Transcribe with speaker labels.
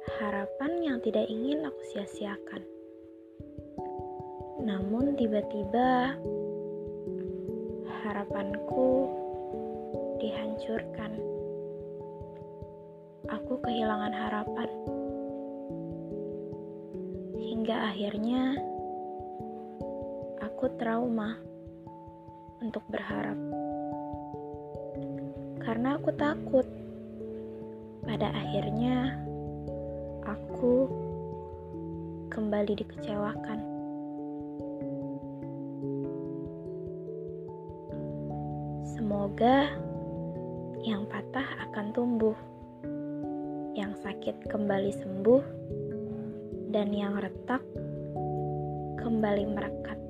Speaker 1: harapan yang tidak ingin aku sia-siakan. Namun tiba-tiba harapanku dihancurkan. Aku kehilangan harapan. Hingga akhirnya aku trauma untuk berharap. Karena aku takut pada akhirnya aku kembali dikecewakan. Semoga yang patah akan tumbuh, yang sakit kembali sembuh, dan yang retak kembali merekat.